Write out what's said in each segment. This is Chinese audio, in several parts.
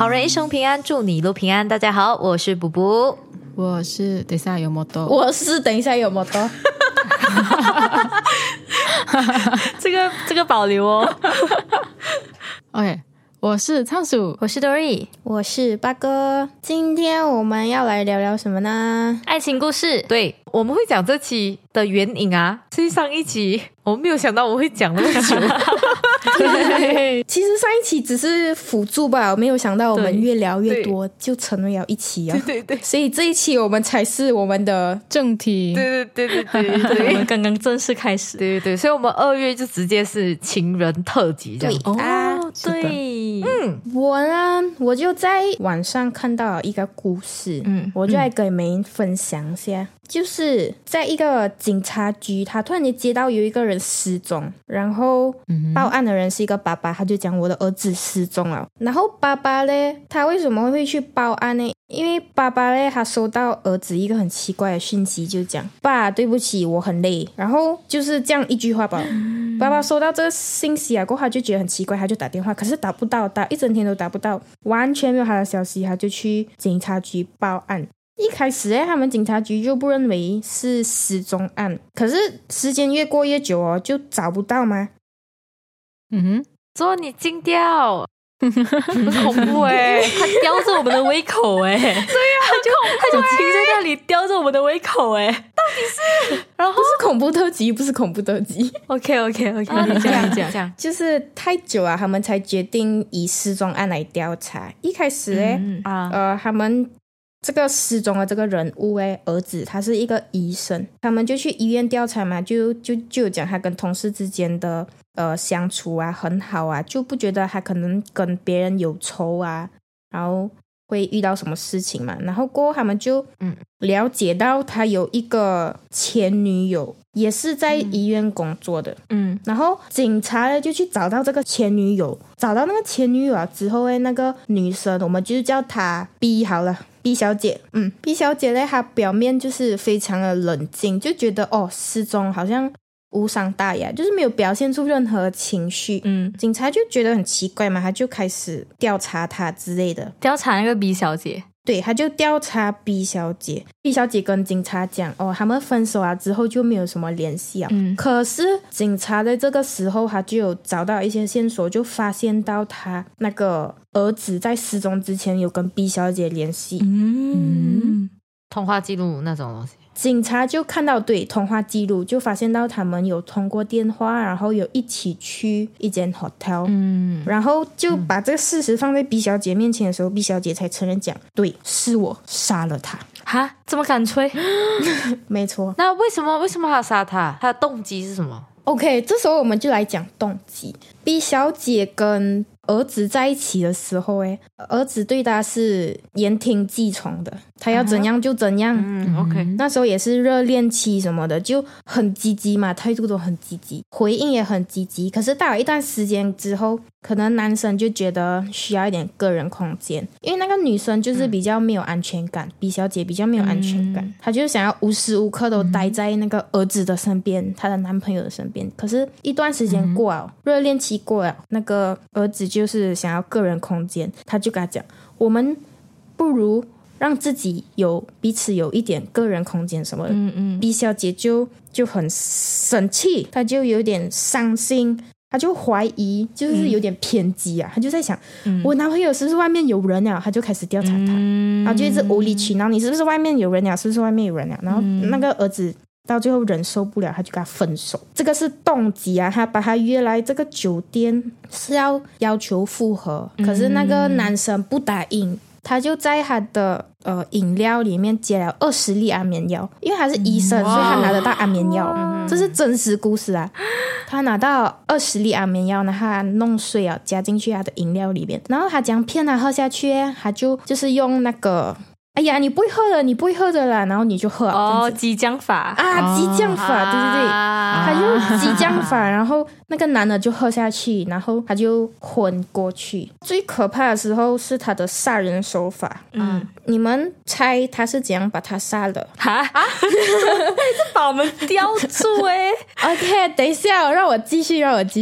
好人一生平安，祝你一路平安。大家好，我是补补， 我是等一下有没多， 我是等一下有没多。 这个保留哦。 OK， 我是仓鼠， 我是 Dory， 我是八哥。今天我们要来聊聊什么呢？ 爱情故事。对，我们会讲这期的原因啊，是上一集我们没有想到我们会讲那么久。 其实上一期只是辅助吧，没有想到我们越聊越多，就成为了一期啊。 对， 所以这一期我们才是我们的正题。 对， 我们刚刚正式开始。 对，所以我们2月就直接是情人特辑这样。 对，我就在网上看到一个故事，我就来跟你们分享一下。就是在一个警察局，他突然间接到有一个人失踪，然后报案的人是一个爸爸，他就讲我的儿子失踪了。然后爸爸呢，他为什么会去报案呢？因为爸爸呢，他收到儿子一个很奇怪的讯息，就讲爸，对不起，我很累。然后就是这样一句话吧。爸爸收到这个信息啊过后，他就觉得很奇怪，他就打电话，可是打不到，打一整天都打不到，完全没有他的消息，他就去警察局报案。一开始他们警察局就不认为是失踪案，可是时间越过越久哦，就找不到吗？ 说你惊掉，很恐怖他叼着我们的胃口对呀，他就停在那里叼着我们的胃口到底是，然后不是恐怖特辑，不是恐怖特辑。 OK，你讲， 就是太久了，他们才决定以失踪案来调查。一开始他们这个失踪的这个人物儿子他是一个医生，他们就去医院调查嘛，就有讲他跟同事之间的相处啊很好啊，就不觉得他可能跟别人有仇啊，然后会遇到什么事情嘛。然后过后他们就了解到他有一个前女友，也是在医院工作的。然后警察呢就去找到这个前女友，找到那个前女友啊之后那个女生我们就叫她 B 好了，B 小姐。B 小姐呢她表面就是非常的冷静，就觉得失踪好像无伤大雅，就是没有表现出任何情绪。警察就觉得很奇怪嘛，他就开始调查她之类的， 调查那个 B 小姐。 对，他就调查 B 小姐。B 小姐跟警察讲他们分手啊之后就没有什么联系啊。可是警察在这个时候他就有找到一些线索，就发现到他那个儿子在失踪之前有跟 B 小姐联系。 通话记录那种东西。 警察就看到通话记录，就发现到他们有通过电话，然后有一起去一间 hotel。然后就把这个事实放在 B 小姐面前的时候， B 小姐才承认讲，对，是我杀了他。 哈，这么敢吹？ 没错。 那为什么他杀他？他的动机是什么？ OK， 这时候我们就来讲动机。 B 小姐跟儿子在一起的时候儿子对他是言听计从的，他要怎样就怎样。 OK， 那时候也是热恋期什么的，就很积极嘛，态度都很积极，回应也很积极。可是到了一段时间之后，可能男生就觉得需要一点个人空间，因为那个女生就是比较没有安全感。B 小姐比较没有安全感，她就想要无时无刻都待在那个儿子的身边，她的男朋友的身边。可是一段时间过了，热恋期过了，那个儿子就是想要个人空间，他就跟他讲，我们不如让自己彼此有一点个人空间什么的。B 小姐就很生气，她就有点伤心，她就怀疑，就是有点偏激啊。她就在想，我男朋友是不是外面有人了？她就开始调查他，然后就一直无理取闹，你是不是外面有人了？是不是外面有人了？然后那个儿子到最后忍受不了，他就跟他分手。这个是动机啊，他把他约来这个酒店是要求复合，可是那个男生不答应，他就在他的饮料里面加了20粒安眠药，因为他是医生，所以他拿得到安眠药。这是真实故事啊。他拿到20粒安眠药，然后他弄碎了加进去他的饮料里面，然后他这样骗他喝下去，他就是用那个哎呀，你不会喝的啦，然后你就喝激将法激将法，对，他就激将法，然后那个男的就喝下去，然后他就昏过去。最可怕的时候是他的杀人手法。你们猜他是怎样把他杀了？ 是把我们叼住OK， 等一下，让我继续。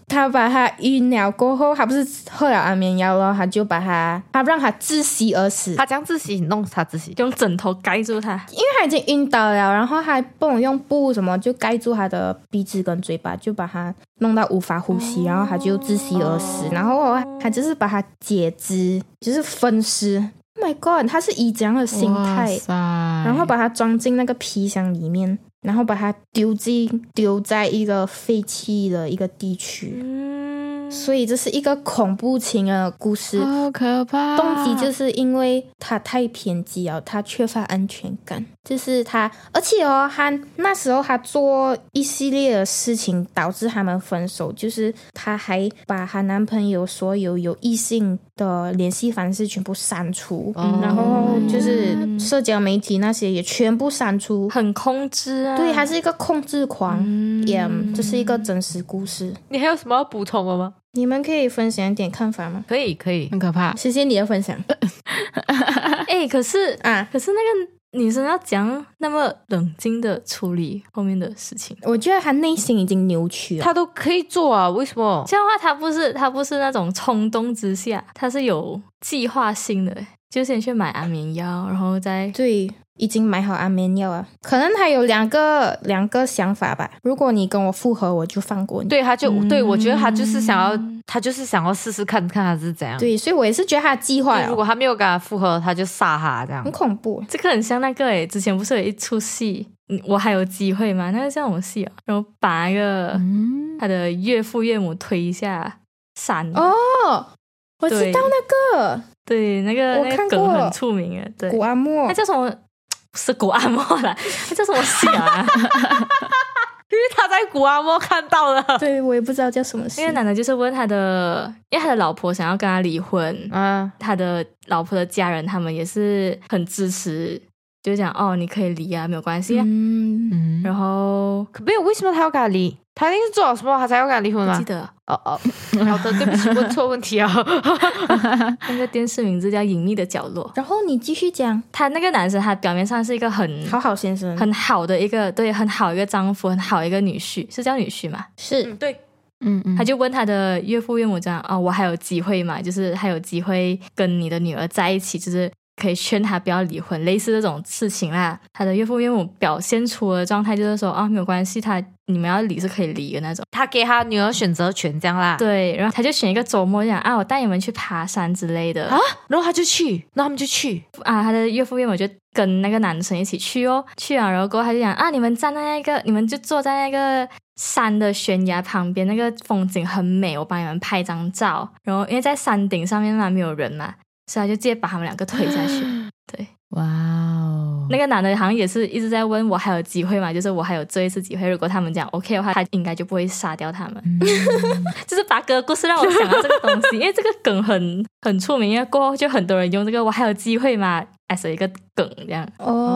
他把他晕了过后，他不是喝了安眠药了，他就把他让他窒息而死。 他将窒息弄他窒息， 用枕头盖住他， 因为他已经晕倒了，然后还不能用布什么就盖住他的鼻子跟嘴巴，就把他弄到无法呼吸，然后他就窒息而死。然后他就是把他截肢，就是分尸。Oh my god， 他是以这样的心态，然后把它装进那个皮箱里面，然后把它丢在一个废弃的一个地区。所以这是一个恐怖情人的故事， 好可怕。 动机就是因为他太偏激了，他缺乏安全感，就是他，而且他那时候他做一系列的事情导致他们分手，就是他还把她男朋友所有有异性的联系方式全部删除，然后就是社交媒体那些也全部删除， 很控制啊。 对，他是一个控制狂。这是一个真实故事。 你还有什么要补充的吗？ 你们可以分享一点看法吗？ 可以， 很可怕。 谢谢你的分享。 可是那个女生要讲那么冷静的处理后面的事情， 我觉得她内心已经扭曲了。 她都可以做啊，为什么？ 这样的话，她不是那种冲动之下，她是有计划性的，就先去买安眠药，然后再对。已经买好安眠药了，可能他有两个想法吧。如果你跟我复合，我就放过你。 对，他就对我觉得他就是想要试试看他是怎样。 对，所以我也是觉得他计划了。 如果他没有跟他复合，他就杀他这样， 很恐怖。 这个很像那个之前不是有一出戏，我还有机会吗？那个叫什么戏啊？然后把那个他的岳父岳母推下山。 我知道那个， 对，那个梗很出名的，对， 古阿莫， 他叫什么？不是古阿莫啦，他叫什么戏啊？ 因为他在古阿莫看到了。 对，我也不知道叫什么戏。 那个男的就是问他的，因为他的老婆想要跟他离婚，他的老婆的家人他们也是很支持，就讲你可以离啊，没有关系啊。然后没有，为什么他要跟他离？他一定是做了什么他才要跟他离婚吗？ 不记得。 好的，对不起，问错问题啊。 那个电视名字叫《隐秘的角落》。 然后你继续讲， 他那个男生，他表面上是一个很好先生， 很好的一个，对，很好一个丈夫，很好一个女婿，是叫女婿吗？ 是， 对。 他就问他的岳父岳母这样我还有机会嘛？就是还有机会跟你的女儿在一起，就是可以劝他不要离婚，类似这种事情啦。他的岳父岳母表现出的状态就是说没有关系，你们要离是可以离的那种。 他给他女儿选择权这样啦。 对，然后他就选一个周末讲我带你们去爬山之类的然后他就去，然后他们就去他的岳父岳母就跟那个男生一起去去然后过后他就讲你们站在那个，你们就坐在那个山的悬崖旁边，那个风景很美，我帮你们拍张照。然后因为在山顶上面嘛，没有人嘛，所以他就直接把他们两个推下去。对， 哇哦， 那个男的好像也是一直在问我还有机会嘛，就是我还有这一次机会，如果他们讲 OK 的话，他应该就不会杀掉他们。就是把个故事让我想到这个东西，因为这个梗很出名，因为过后就很多人用这个我还有机会嘛 as 一个梗这样。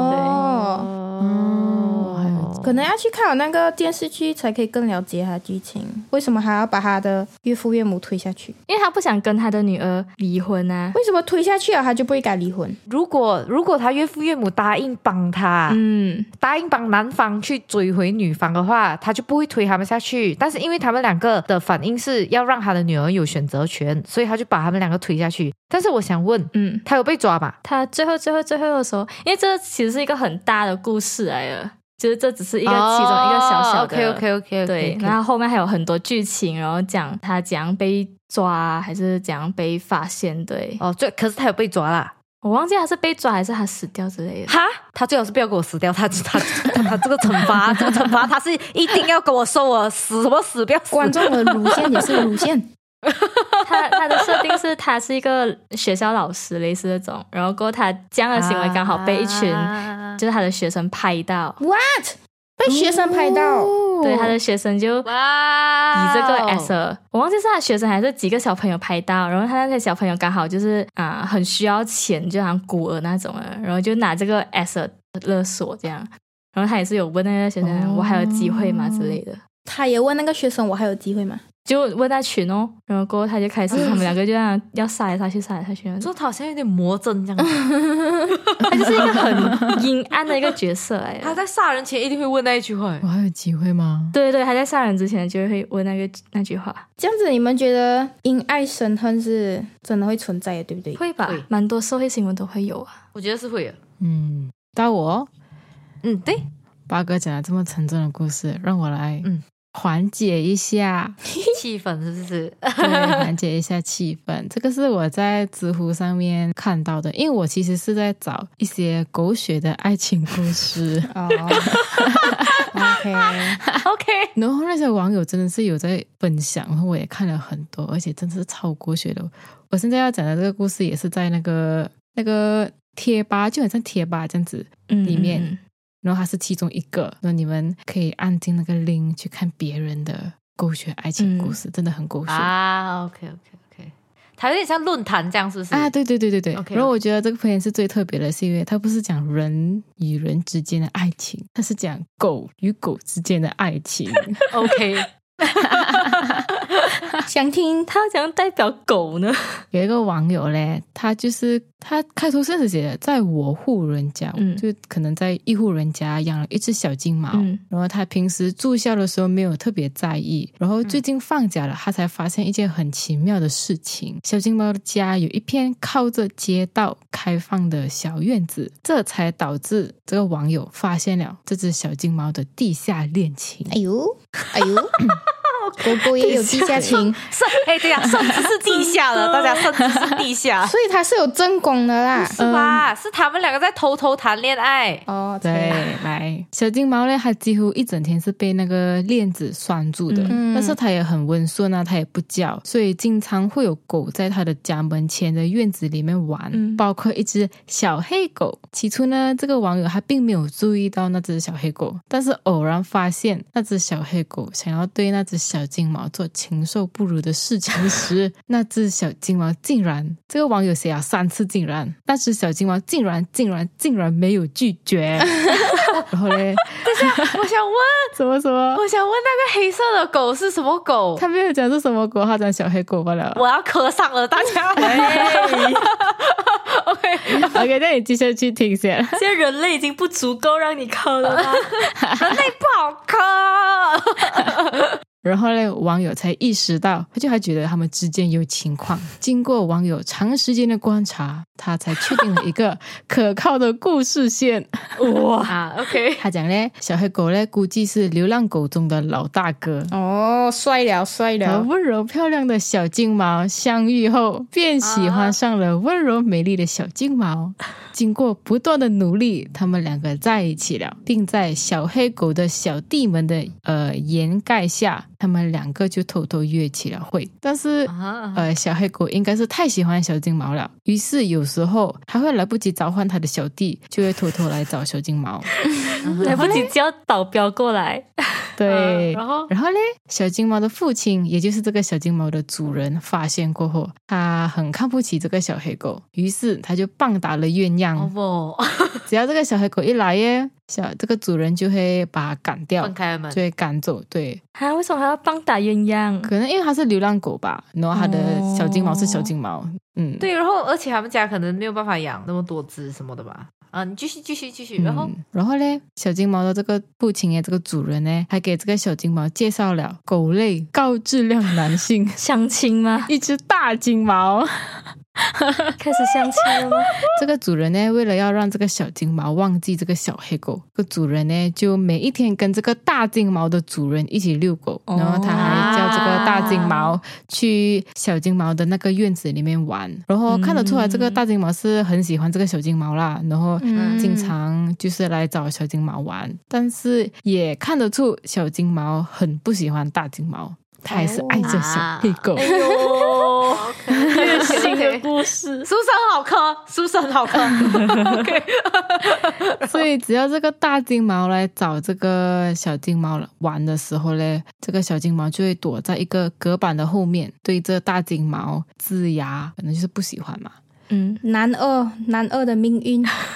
可能要去看那个电视剧才可以更了解他的剧情。为什么还要把他的岳父岳母推下去？ 因为他不想跟他的女儿离婚啊。 为什么推下去了他就不会敢离婚？ 如果他岳父岳母答应帮他，答应帮男方去追回女方的话，他就不会推他们下去。但是因为他们两个的反应是要让他的女儿有选择权，所以他就把他们两个推下去。但是我想问，他有被抓吗？ 他最后的时候，因为这其实是一个很大的故事来的。就是这只是一个其中一个小小的 OK 对，然后后面还有很多剧情，然后讲他怎样被抓还是怎样被发现。对可是他有被抓啦， 我忘记他是被抓还是他死掉之类的。 他最好是不要给我死掉，他这个惩罚他是一定要跟我说我死什么死不要死。 观众的乳腺也是乳腺。 他的设定是他是一个学校老师类似那种，然后过后他这样的行为刚好被一群就是他的学生拍到。 What？ 被学生拍到？ 对，他的学生就以这个 as 我忘记是他的学生还是几个小朋友拍到，然后他那些小朋友刚好就是很需要钱，就好像孤儿那种然后就拿这个 as 勒索这样，然后他也是有问那个学生我还有机会吗之类的。 他也问那个学生我还有机会吗？ 就问那群哦，然后过后他就开始他们两个就这样要杀来杀去杀来杀去， 说他好像有点魔怔这样子。 他就是一个很阴暗的一个角色来的。 他在杀人前一定会问那一句话。 我还有机会吗？ 对对，他在杀人之前就会问那句话。 这样子你们觉得因爱生恨是真的会存在的，对不对？ 会吧， 会蛮多社会新闻都会有啊。 我觉得是会的。 到我对， 八哥讲了这么沉重的故事，让我来缓解一下气氛是不是？ 对，缓解一下气氛。这个是我在知乎上面看到的，因为我其实是在找一些狗血的爱情故事。 哦，OK， 然后那些网友真的是有在分享，然后我也看了很多，而且真的是超狗血的。我现在要讲的这个故事也是在那个贴吧，就很像贴吧这样子里面。然后它是其中一个，然后你们可以按进那个 link 去看别人的狗血爱情故事，真的很狗血啊。OK， 它有点像论坛这样，是不是？ 啊，对。 Okay. 然后我觉得这个篇是最特别的，是因为它不是讲人与人之间的爱情，它是讲狗与狗之间的爱情。 OK。 想听他怎样代表狗呢？ 有一个网友嘞，他开头是写的，在我户人家，就可能在一户人家养了一只小金毛，然后他平时住校的时候没有特别在意，然后最近放假了，他才发现一件很奇妙的事情，小金毛的家有一片靠着街道开放的小院子，这才导致这个网友发现了这只小金毛的地下恋情。 哎呦狗狗也有地下情。 对呀，甚至是地下的，大家甚至是地下。 所以它是有正宫的啦。 是吧？是他们两个在偷偷谈恋爱。 哦， 对，来，小金毛呢，它几乎一整天是被那个链子拴住的，但是它也很温顺啊，它也不叫，所以经常会有狗在它的家门前的院子里面玩，包括一只小黑狗。起初呢，这个网友他并没有注意到那只小黑狗，但是偶然发现那只小黑狗想要对那只小金毛做禽兽不如的事情时，那只小金毛竟然，这个网友写了3次竟然，那只小金毛竟然没有拒绝。然后嘞， 等一下，我想问什么？ 我想问那个黑色的狗是什么狗？ 他没有讲是什么狗，他讲小黑狗罢了。 我要磕上了，大家。 OK， 那你接下去听一下。 现在人类已经不足够让你磕了吗？ 人类不好磕。 然后呢，网友才意识到，他还觉得他们之间有情况。经过网友长时间的观察，他才确定了一个可靠的故事线。 哇，OK， 他讲呢，小黑狗呢估计是流浪狗中的老大哥。 哦，帅了。 和温柔漂亮的小金毛相遇后，便喜欢上了温柔美丽的小金毛。经过不断的努力，他们两个在一起了，并在小黑狗的小弟们的掩盖下，他们两个就偷偷约起了会。但是小黑狗应该是太喜欢小金毛了，于是有时候还会来不及召唤他的小弟，就会偷偷来找小金毛。 来不及叫导镖过来。 对， 然后呢，小金毛的父亲，也就是这个小金毛的主人，发现过后，他很看不起这个小黑狗，于是他就棒打了鸳鸯。只要这个小黑狗一来耶，这个主人就会把它赶掉， 分开门， 就会赶走。对， 为什么还要棒打鸳鸯？ 可能因为它是流浪狗吧，然后它的小金毛是小金毛。 对，然后而且他们家可能没有办法养那么多只什么的吧。你继续，然后呢，小金毛的这个父亲这个主人呢，还给这个小金毛介绍了狗类高质量男性相亲吗？ 一只大金毛。 开始相亲了吗？ 这个主人呢，为了要让这个小金毛忘记这个小黑狗，这个主人呢就每一天跟这个大金毛的主人一起遛狗，然后他还叫这个大金毛去小金毛的那个院子里面玩，然后看得出来这个大金毛是很喜欢这个小金毛啦，然后经常就是来找小金毛玩，但是也看得出小金毛很不喜欢大金毛，他还是爱着小黑狗。 哎呦，虐心的故事， 是不是很好磕？OK， 所以只要这个大金毛来找这个小金毛玩的时候呢，这个小金毛就会躲在一个隔板的后面，对这大金毛龇牙，可能就是不喜欢嘛。 男二的命运。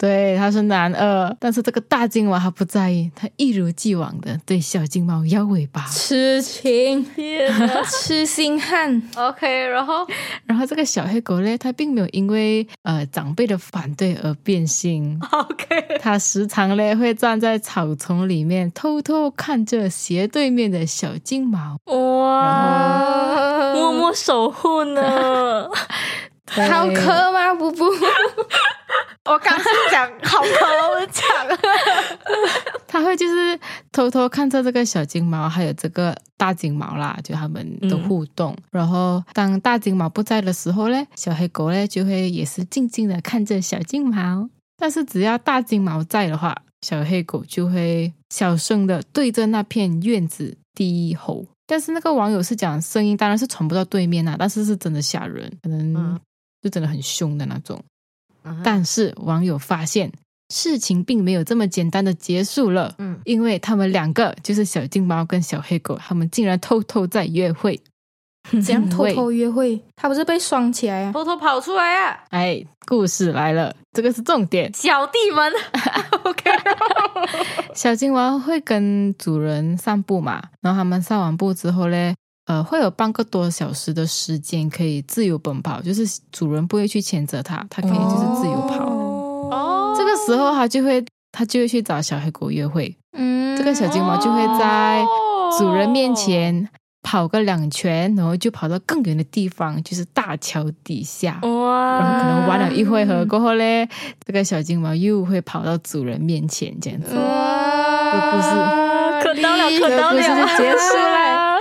对，他是男二，但是这个大金毛他不在意，他一如既往的对小金毛摇尾巴， 痴情，痴心汉。 OK， 然后这个小黑狗呢，它并没有因为长辈的反对而变心。 OK， 它时常呢会站在草丛里面偷偷看着斜对面的小金毛， 哇，默默守护呢。 好磕吗？不， 我刚是讲好磕，我讲他会就是偷偷看着这个小金毛还有这个大金毛啦，就他们的互动。然后当大金毛不在的时候呢，小黑狗呢就会也是静静的看着小金毛。但是只要大金毛在的话，小黑狗就会小声的对着那片院子低吼。但是那个网友是讲声音当然是传不到对面啊，但是是真的吓人，可能就真的很凶的那种。但是网友发现事情并没有这么简单的结束了，因为他们两个就是小金毛跟小黑狗，他们竟然偷偷在约会。 怎样偷偷约会？他不是被双起来啊？ 偷偷跑出来啊！ 哎，故事来了，这个是重点。 小弟们，OK， 小金毛会跟主人散步嘛，然后他们散完步之后呢，会有半个多小时的时间可以自由奔跑，就是主人不会去牵着它，它可以就是自由跑。这个时候他就会去找小黑狗约会。这个小金毛就会在主人面前跑个2圈，然后就跑到更远的地方，就是大桥底下。 哇！ 然后可能玩了一回合过后呢，这个小金毛又会跑到主人面前，这样子。这个故事可到了，可到了， 故事就结束了。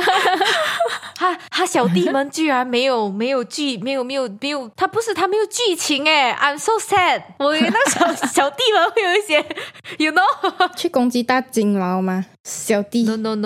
他小弟们居然没有剧，没有，他没有剧情哎 ，I'm so sad。我以为那小弟们会有一些 ，you know， 去攻击大金毛吗？小弟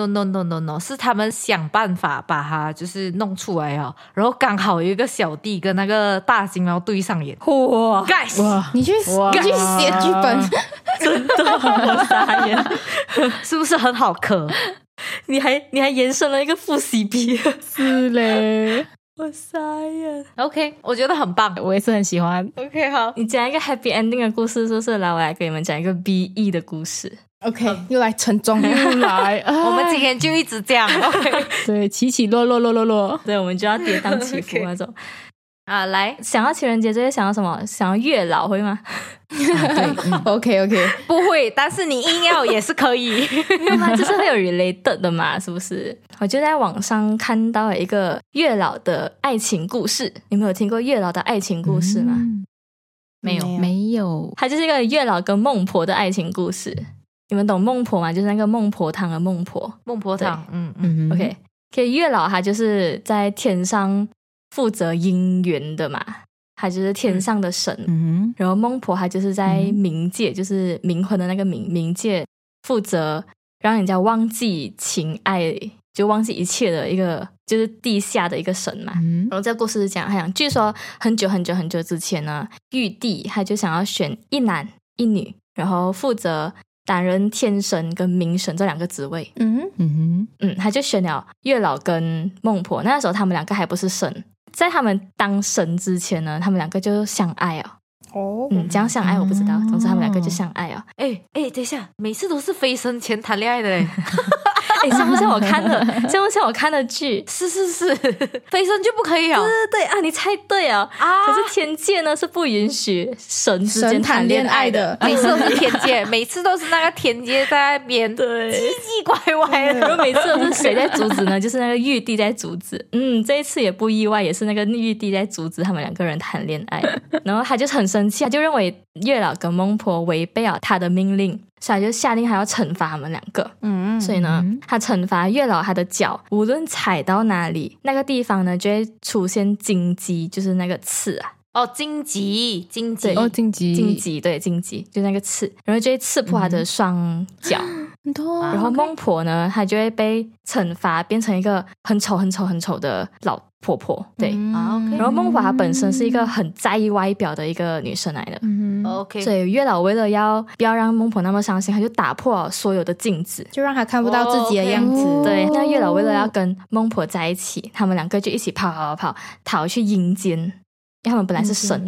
，no， 是他们想办法把它就是弄出来啊，然后刚好有一个小弟跟那个大金毛对上眼，哇 ，guys， 哇， 你去写剧本， 真的，我傻眼， 是不是很好磕？ 你还延伸了一个副 CP， 是嘞， 我傻眼。 OK， 我觉得很棒， 我也是很喜欢。 OK， 好， 你讲一个 happy ending 的故事，是不是？来，我来给你们讲一个 BE 的故事。 OK， 又来沉重， 又来， 我们今天就一直这样。OK， 对，起起落落，落落落， 对，我们就要跌宕起伏那种。 啊，来， 想到情人节，这些想到什么？想要月老会吗？ 对 ，OK， 不会，但是你硬要也是可以， 就是会有 related 的嘛，是不是？我就在网上看到了一个月老的爱情故事，你们有听过月老的爱情故事吗？ 没有， 它就是一个月老跟孟婆的爱情故事。你们懂孟婆吗？就是那个孟婆汤的孟婆， 孟婆汤。 OK， 月老他就是在天上负责姻缘的嘛，他就是天上的神。然后孟婆他就是在冥界，就是冥婚的那个冥界，负责让人家忘记情爱，就忘记一切的一个，就是地下的一个神嘛。然后这个故事是讲，据说很久很久很久之前呢，玉帝他就想要选一男一女，然后负责担任天神跟冥神这2个职位。他就选了月老跟孟婆。那时候他们2个还不是神，在他们当神之前呢，他们2个就相爱了。这样相爱我不知道，总之他们2个就相爱了。 等一下，每次都是飞升前谈恋爱的嘞。 像不像我看的剧？ 是，飞升就不可以了。 对啊，你猜对啊！可是天界呢是不允许神之间谈恋爱的， 每次都是天界，每次都是那个天界在那边对唧唧歪歪的。 然后每次都是谁在阻止呢？就是那个玉帝在阻止。这一次也不意外，也是那个玉帝在阻止他们2个人谈恋爱。然后他就很生气，他就认为月老跟孟婆违背了他的命令，所以他就下令还要惩罚他们2个。所以呢，他惩罚月老，他的脚无论踩到哪里，那个地方呢就会出现荆棘，就是那个刺啊。 荆棘， 哦，荆棘， 对，荆棘就那个刺，然后就会刺破他的双脚。 很痛。 然后孟婆呢，她就会被惩罚变成一个很丑的老婆婆。对然后孟婆她本身是一个很在意外表的一个女生来的。 OK， 所以月老为了不要让孟婆那么伤心，他就打破了所有的镜子， 就让她看不到自己的样子。 对，那月老为了要跟孟婆在一起，他们2个就一起跑去阴间，因为他们本来是神嘛。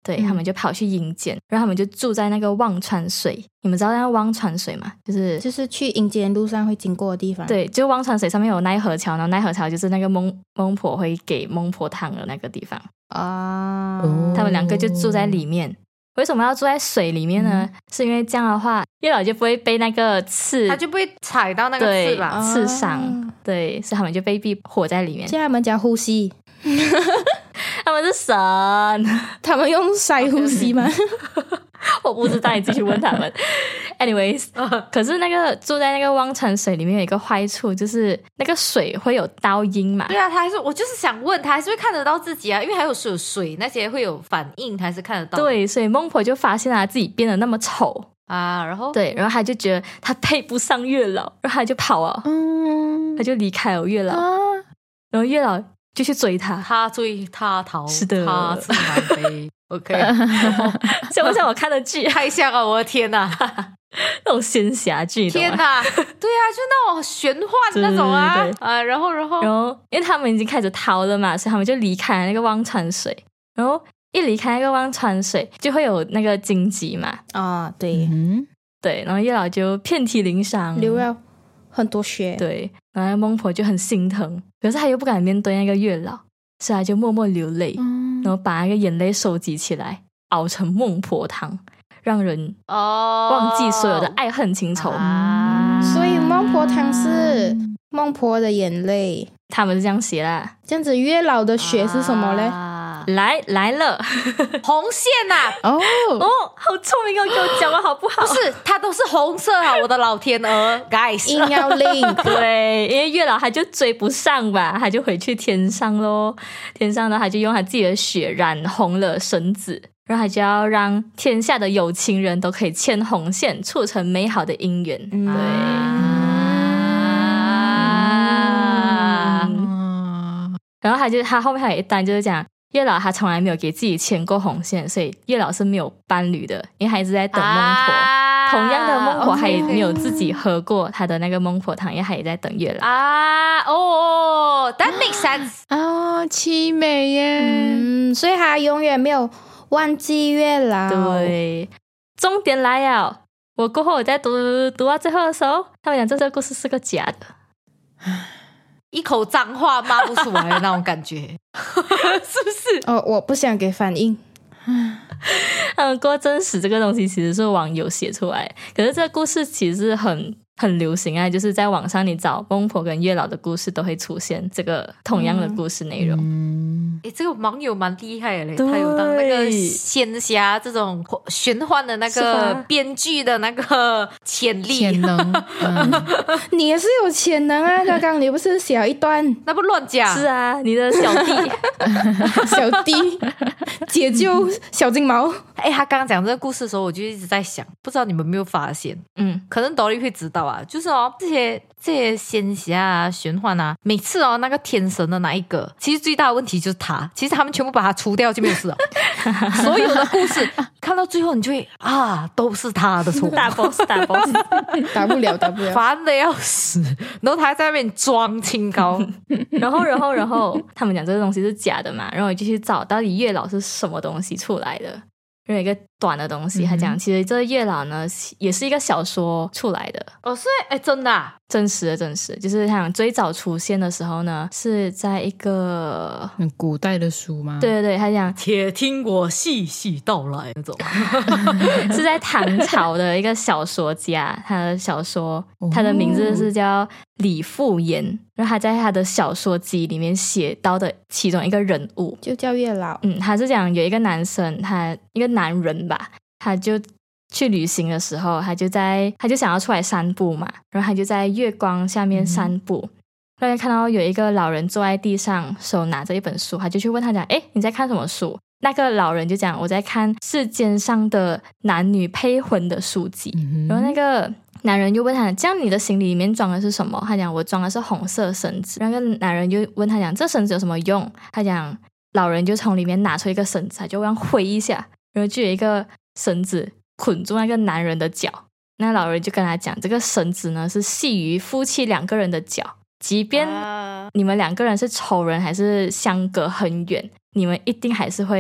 对，他们就跑去阴间，然后他们就住在那个忘川水。你们知道那个忘川水吗？就是去阴间路上会经过的地方。 对，就忘川水上面有奈何桥，然后奈何桥就是那个孟婆会给孟婆汤的那个地方啊。 他们两个就住在里面。为什么要住在水里面呢？是因为这样的话月老就不会被那个刺， 他就不会踩到那个刺吧， 刺伤。对，所以他们就被逼活在里面。 现在他们讲呼吸他们是神， 他们用鳃呼吸吗？ 我不知道，你继续问他们。anyways 可是那个住在那个汪泉水里面有一个坏处，就是那个水会有倒影嘛。 对啊，他还是，我就是想问，他还是会看得到自己啊，因为还有水那些会有反应，还是看得到。 对，所以孟婆就发现他自己变得那么丑啊，然后对，然后他就觉得他配不上月老，然后他就跑了，他就离开了月老，然后月老就去追他， 他追他逃， 是的， 他自难飞。OK， 像不像我看的剧？ 太像了，我的天哪！ 那种仙侠剧， 天哪！对啊，就那种玄幻那种啊， 对对对然后， 因为他们已经开始逃了嘛，所以他们就离开了那个忘川水，然后一离开那个忘川水，就会有那个荆棘嘛。 啊，对， 对，然后月老就遍体鳞伤， 流了很多血。 对，然后孟婆就很心疼，可是她又不敢面对那个月老，所以她就默默流泪，然后把那个眼泪收集起来，熬成孟婆汤，让人忘记所有的爱恨情仇。 所以孟婆汤是孟婆的眼泪， 他们是这样写啦。 这样子月老的血是什么嘞？ 来了， 红线呐！ 哦， 好聪明哦，给我讲完好不好？ 不是，它都是红色啊！我的老天鹅 ，guys， 硬要link。 对，因为月老他就追不上吧，他就回去天上咯。天上呢，他就用他自己的血染红了绳子，然后他就要让天下的有情人都可以牵红线，促成美好的姻缘。对。然后他后面还有一段就是讲月老他从来没有给自己牵过红线，所以月老是没有伴侣的，因为他一直在等孟婆。同样的，孟婆还没有自己喝过他的那个孟婆汤，因为他也在等月老。 That makes sense。 凄美耶。 所以他永远没有忘记月老。 对，重点来了，我过后我在读到最后的时候，他们讲这个故事是个假的。 一口脏话骂不出来的那种感觉，是不是？ 我不想给反应。 他们过真实这个东西其实是网友写出来，可是这个故事其实很流行啊，就是在网上你找孟婆跟月老的故事都会出现这个同样的故事内容。 这个网友蛮厉害的嘞，他有当那个仙侠这种玄幻的那个编剧的那个潜能。 你也是有潜能啊！刚刚你不是写了一段？ 那不乱讲。 是啊，你的小弟小弟解救小金毛。 他刚刚讲这个故事的时候，我就一直在想，不知道你们有没有发现？可能Dory会知道啊，就是这些仙侠啊、玄幻啊，每次那个天神的那一个，其实最大的问题就是他，其实他们全部把他除掉就没有事了。所有的故事看到最后，你就会都是他的错。 大 boss 打不了， 烦的要死。然后他还在那边装清高， 然后他们讲这个东西是假的嘛，然后我就去找到底月老是什么东西出来的。有一个短的东西，他讲其实这个月老呢也是一个小说出来的。 是真的真实，就是他讲最早出现的时候呢是在一个古代的书吗？ 对，他讲且听我细细道来那种。 是在唐朝的一个小说家，他的小说他的名字是叫李复言，然后他在他的小说集里面写到的其中一个人物就叫月老。 他是讲有一个男生，一个男人吧，他就去旅行的时候，他就想要出来散步嘛，然后他就在月光下面散步，然后看到有一个老人坐在地上，手拿着一本书，他就去问他讲，你在看什么书？那个老人就讲，我在看世间上的男女配婚的书籍。然后那个男人就问他，这样你的行李里面装的是什么？他讲我装的是红色绳子。那个男人就问他讲，这绳子有什么用？他讲老人就从里面拿出一个绳子，他就这样挥一下，然后就有一个绳子捆住那个男人的脚。那老人就跟他讲，这个绳子呢是系于夫妻两个人的脚，即便你们两个人是仇人还是相隔很远，你们一定还是会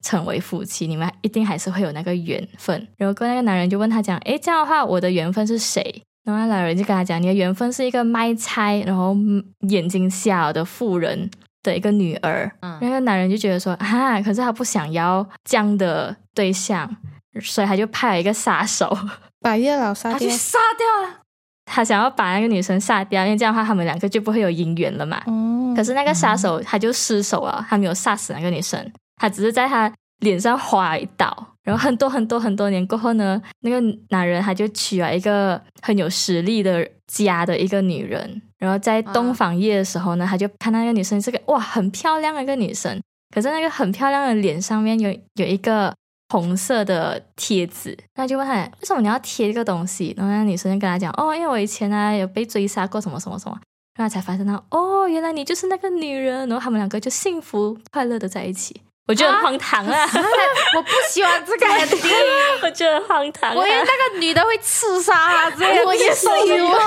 成为夫妻，你们一定还是会有那个缘分。然后那个男人就问他讲，诶，这样的话我的缘分是谁？然后那男人就跟他讲，你的缘分是一个卖菜然后眼睛瞎的妇人的一个女儿。那个男人就觉得说可是他不想要这样的对象，所以他就派了一个杀手把月老杀掉， 他去杀掉了。 他想要把那个女生杀掉，因为这样的话他们两个就不会有姻缘了嘛。可是那个杀手他就失手了，他没有杀死那个女生，他只是在他脸上划了一刀。然后很多年过后呢，那个男人他就娶了一个很有实力的家的一个女人，然后在洞房夜的时候呢，他就看到那个女生是个哇很漂亮的一个女生，可是那个很漂亮的脸上面有一个红色的贴纸，那就问他为什么你要贴这个东西，然后那女生就跟他讲因为我以前有被追杀过什么什么什么，然后才发现到原来你就是那个女人，然后他们两个就幸福快乐的在一起。我觉得很荒唐啊我不喜欢这个 ending 我觉得很荒唐我以为那个女的会刺杀他这样我也是以为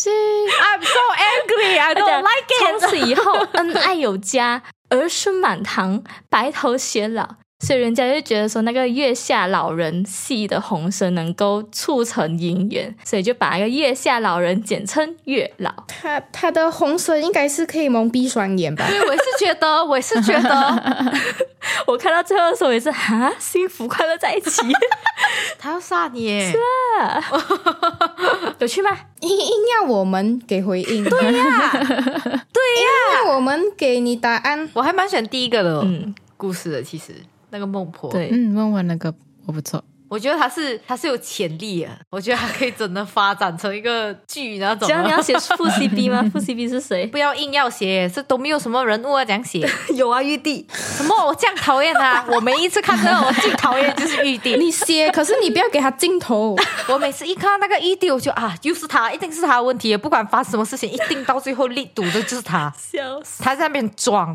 I'm so angry I don't like it 从此以后恩爱有加，儿孙满堂，白头偕老，所以人家就觉得说那个月下老人系的红绳能够促成姻缘，所以就把那个月下老人简称月老。 他的红绳应该是可以蒙蔽双眼吧？ 对，我也是觉得我看到最后的时候也是幸福快乐在一起他要杀你耶， 是啊有趣吗？ 硬要我们给回应， 对呀硬要我们给你答案。 我还蛮喜欢第一个的故事的，其实那个孟婆， 对， 问完那个我不错， 我觉得他是有潜力的，我觉得他可以真的发展成一个剧那种。 这样你要写副 CP 吗？副 CP 是谁？ 不要硬要写，这都没有什么人物啊，讲写有啊，玉帝。 什么？我这样讨厌他，我每一次看到我最讨厌就是玉帝。 你写，可是你不要给他镜头。 我每次一看到那个玉帝，我就又是他，一定是他的问题，不管发生什么事情，一定到最后力赌的就是他。 笑死！ 他在那边装，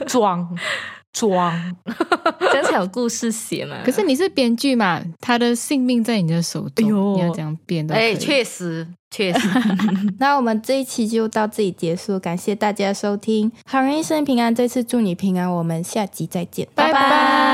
这样才有故事写嘛。 可是你是编剧嘛，他的性命在你的手中，你要这样编的。 确实那我们这一期就到这里结束，感谢大家收听，好人一生平安，这次祝你平安，我们下集再见， 拜拜。